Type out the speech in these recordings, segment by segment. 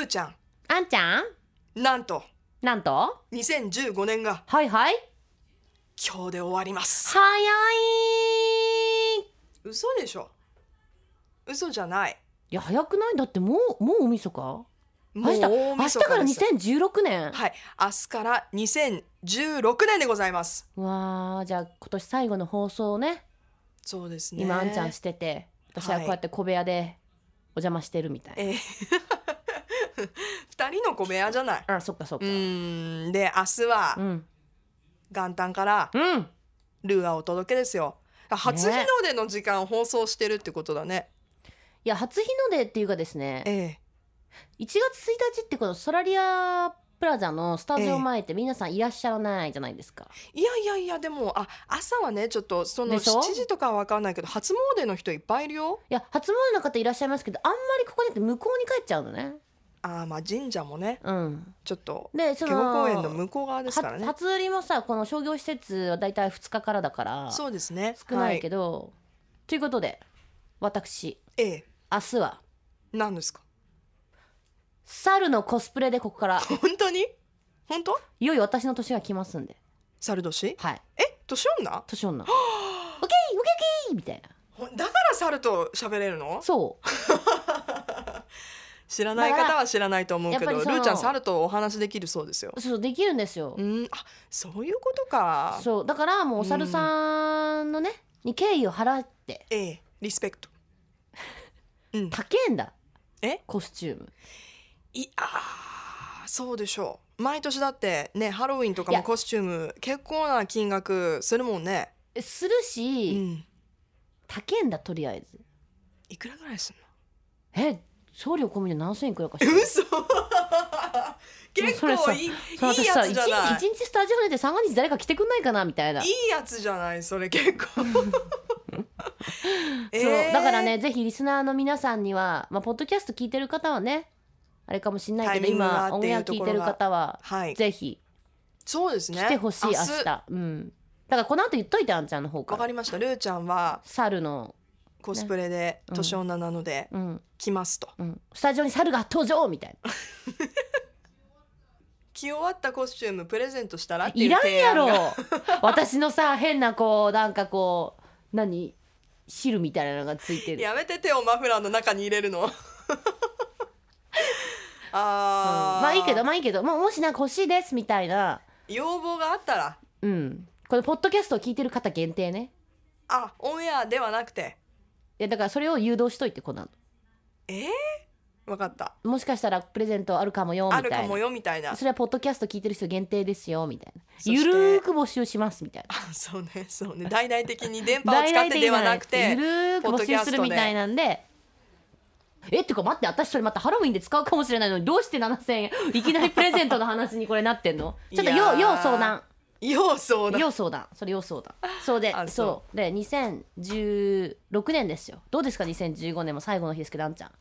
ーちゃん、 あんちゃん、 なんと2015年がはいはい、 今日で終わります。 早い。 嘘でしょ。嘘じゃない。 いや早くない？だってもう大晦日？ もう明日から2016年。 はい、明日から2016年でございます。 わー、じゃあ今年最後の放送ね。 そうですね。 今あんちゃんしてて、私はこうやって小部屋でお邪魔してるみたいな。 2人の小部屋じゃない。 あ、そっかそっか。 で明日は元旦からルーアお届けですよ。初日の出の時間放送してるってことだね。 いや初日の出っていうかですね、1月1日ってこのソラリアプラザのスタジオ前って皆さんいらっしゃらないじゃないですか。 いやでも朝はねちょっとそのでしょ 7時とかは分かんないけど初詣の人いっぱいいるよ。 いや初詣の方いらっしゃいますけど、あんまりここにって向こうに帰っちゃうのね。 まあ神社もね、ちょっとで警固公園の向こう側ですからね。 初売りもさ、この商業施設はだいたい2日からだからそうですね、 少ないけど、ということで私、明日は何ですか？ 猿のコスプレでここから本当に？本当？ いよいよ私の年が来ますんで。 猿年？ はい。 年女？ 年女。オッケーオッケーみたいな。 だから猿と喋れるの？ そう知らない方は知らないと思うけど、ルーちゃん猿とお話できるそうですよ。 そうできるんですよ。 そういうことか。 そうだからもうお猿さんのねに敬意を払って、 リスペクト。 高えんだコスチューム。 そうでしょう。毎年だってね、ハロウィンとかもコスチューム結構な金額するもんね。 するし、高えんだ。とりあえずいくらぐらいすんの？送料込みで何千いくらかして。 嘘結構いいやつじゃない。 一日スタジオに出て三が日誰か来てくんないかなみたいな。 いいやつじゃないそれ結構そうだからね、ぜひリスナーの皆さんには、ポッドキャスト聞いてる方はねあれかもしれないけど、今オンエア聞いてる方は、ぜひそうですね来てほしい。明日だからこの後言っといて、あんちゃんの方から。 わかりました。ルーちゃんは猿のコスプレで年女なので来ますと、 スタジオに猿が登場みたいな着終わったコスチュームプレゼントしたらっていう提案が。いらんやろ私のさ変ななんか汁みたいなのがついてる。 やめて、手をマフラーの中に入れるのまあいいけどもしなんか欲しいですみたいな要望があったら、 このポッドキャストを聞いてる方限定ね。 オンエアではなくて。 いやだからそれを誘導しといて、この後。 分かった。 もしかしたらプレゼントあるかもよみたいな。 あるかもよみたいな。 それはポッドキャスト聞いてる人限定ですよみたいな。ゆるーく募集しますみたいな。 そうね大々的に電波を使ってではなくてゆるーく募集するみたいなんで。ってか待って、私それまたハロウィンで使うかもしれないのに、どうして7000円いきなりプレゼントの話にこれなってんの？ちょっと要相談。それ要相談。そうで2016年ですよ。どうですか2015年も最後の日ですけど、あんちゃん。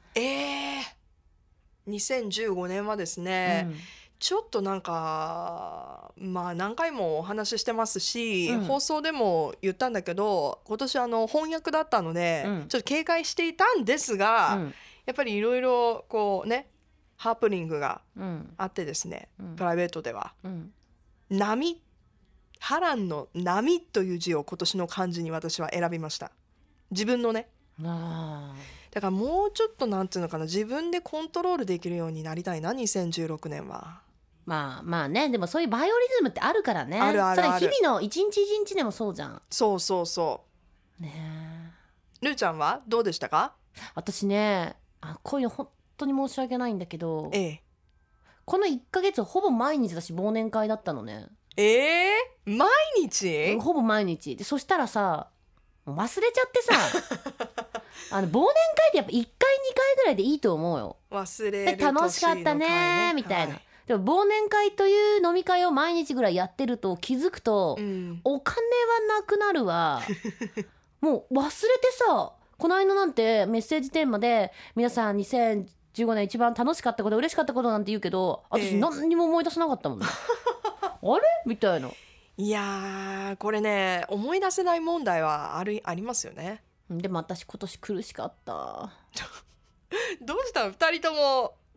2015年はですね、ちょっとなんか何回もお話ししてますし、放送でも言ったんだけど、今年翻訳だったので、ちょっと警戒していたんですが、やっぱりいろいろこうねハプニングがあってですね、プライベートでは、波、波乱の波という字を今年の漢字に私は選びました。自分のね。だからもうちょっとなんていうのかな、自分でコントロールできるようになりたいな、2016年は。 まあね、でもそういうバイオリズムってあるからね。それ日々の一日一日でもそうじゃん。 そうね。 ルーちゃんはどうでしたか？ 私ね、こういうの本当に申し訳ないんだけど、この1ヶ月ほぼ毎日私忘年会だったのね。 毎日？ ほぼ毎日で、そしたらさ忘れちゃってさ忘年会ってやっぱ1回2回ぐらいでいいと思うよ。 忘れるで楽しかったねみたいな、でも忘年会という飲み会を毎日ぐらいやってると気づくと、お金はなくなるわもう忘れてさ、この間なんてメッセージテーマで皆さん2015年一番楽しかったこと嬉しかったことなんて言うけど、私何にも思い出せなかったもんねあれみたいな。 いやこれね思い出せない問題はありますよね。 でも私今年苦しかったどうしたの2人とも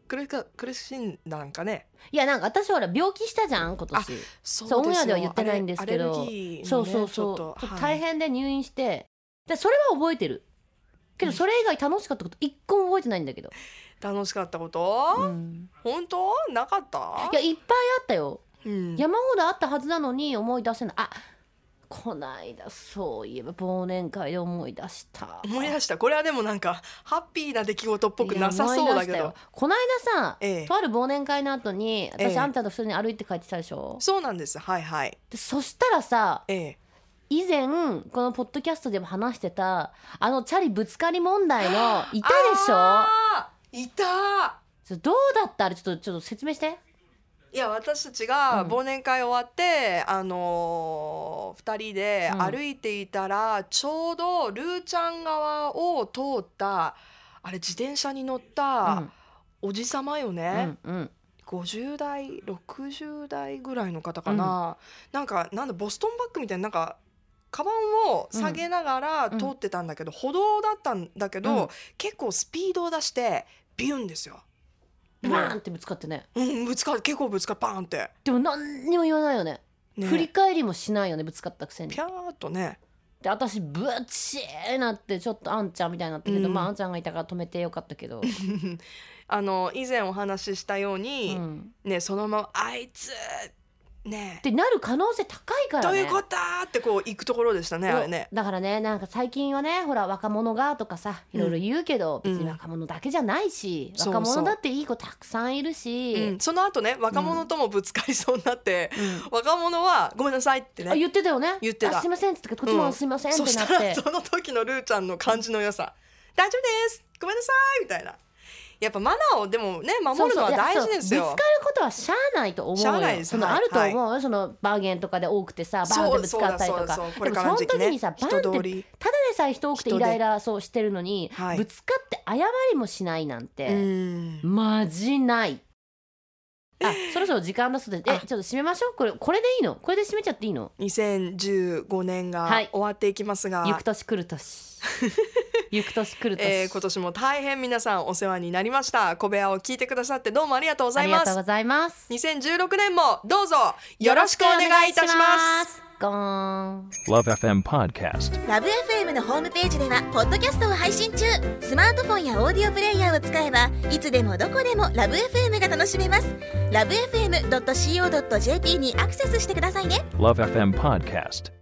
苦しんだんかね。 いやなんか私ほら病気したじゃん今年。そうオンエアでは言ってないんですけど、そうそうそう、ちょっと大変で入院して、でそれは覚えてるけど、それ以外楽しかったこと一個も覚えてないんだけど。 楽しかったこと、本当なかった？ いやいっぱいあったよ、山ほどあったはずなのに思い出せない。こないだそういえば忘年会で思い出した。 これはでもなんかハッピーな出来事っぽくなさそうだけど。 こないださ、とある忘年会の後に私、あんたと普通に歩いて帰ってたでしょ。 そうなんです。はいはい。 でそしたらさ、以前このポッドキャストでも話してたチャリぶつかり問題のいたでしょ。 いた。 どうだった？あれちょっと説明して。 いや私たちが忘年会終わって、2人で歩いていたら、ちょうどルーちゃん側を通ったあれ自転車に乗ったおじさまよね、50代60代ぐらいの方かな、なんだボストンバッグみたいな、なんかカバンを下げながら通ってたんだけど、歩道だったんだけど、結構スピードを出してビュンですよ。 バーンってぶつかってね。 結構ぶつかってバーンって。 でも何にも言わないよね。振り返りもしないよね、ぶつかったくせに。 ピャーっとね。 で私ブチーなってちょっとあんちゃんみたいになったけど、あんちゃんがいたから止めてよかったけど以前お話ししたように、ね、そのままあいつねってなる可能性高いからね。 どういうことってこう行くところでしたね、あれね。 だからね、なんか最近はねほら若者がとかさいろいろ言うけど、別に若者だけじゃないし、若者だっていい子たくさんいるし、 その後ね若者ともぶつかりそうになって、若者はごめんなさいってね言ってたよね。 言ってた。 すいませんって言って、こっちもすいませんってなって、そしたらその時のルーちゃんの感じの良さ、大丈夫ですごめんなさいみたいな。やっぱマナーをでもね守るのは大事ですよ。 ぶつかることはしゃあないと思うよ。 しゃあないです。 あると思う、そのバーゲンとかで多くてさ、バーンってぶつかったりとか。でもその時にさ、バーンってただでさえ人多くてイライラそうしてるのに、ぶつかって謝りもしないなんてマジない。そろそろ時間だそうで、ちょっと締めましょう。これでいいの？これで締めちゃっていいの ？2015年が終わっていきますが、 行く年来る年行く年来る年、 今年も大変皆さんお世話になりました。小部屋を聞いてくださってどうもありがとうございます。 ありがとうございます。 2016年もどうぞよろしくお願いいたします。 ゴーン。 Love FM Podcast。 Love FM のホームページではポッドキャストを配信中。スマートフォンやオーディオプレイヤーを使えばいつでもどこでも Love FM が楽しめます。 LoveFM.co.jp にアクセスしてくださいね。 Love FM Podcast。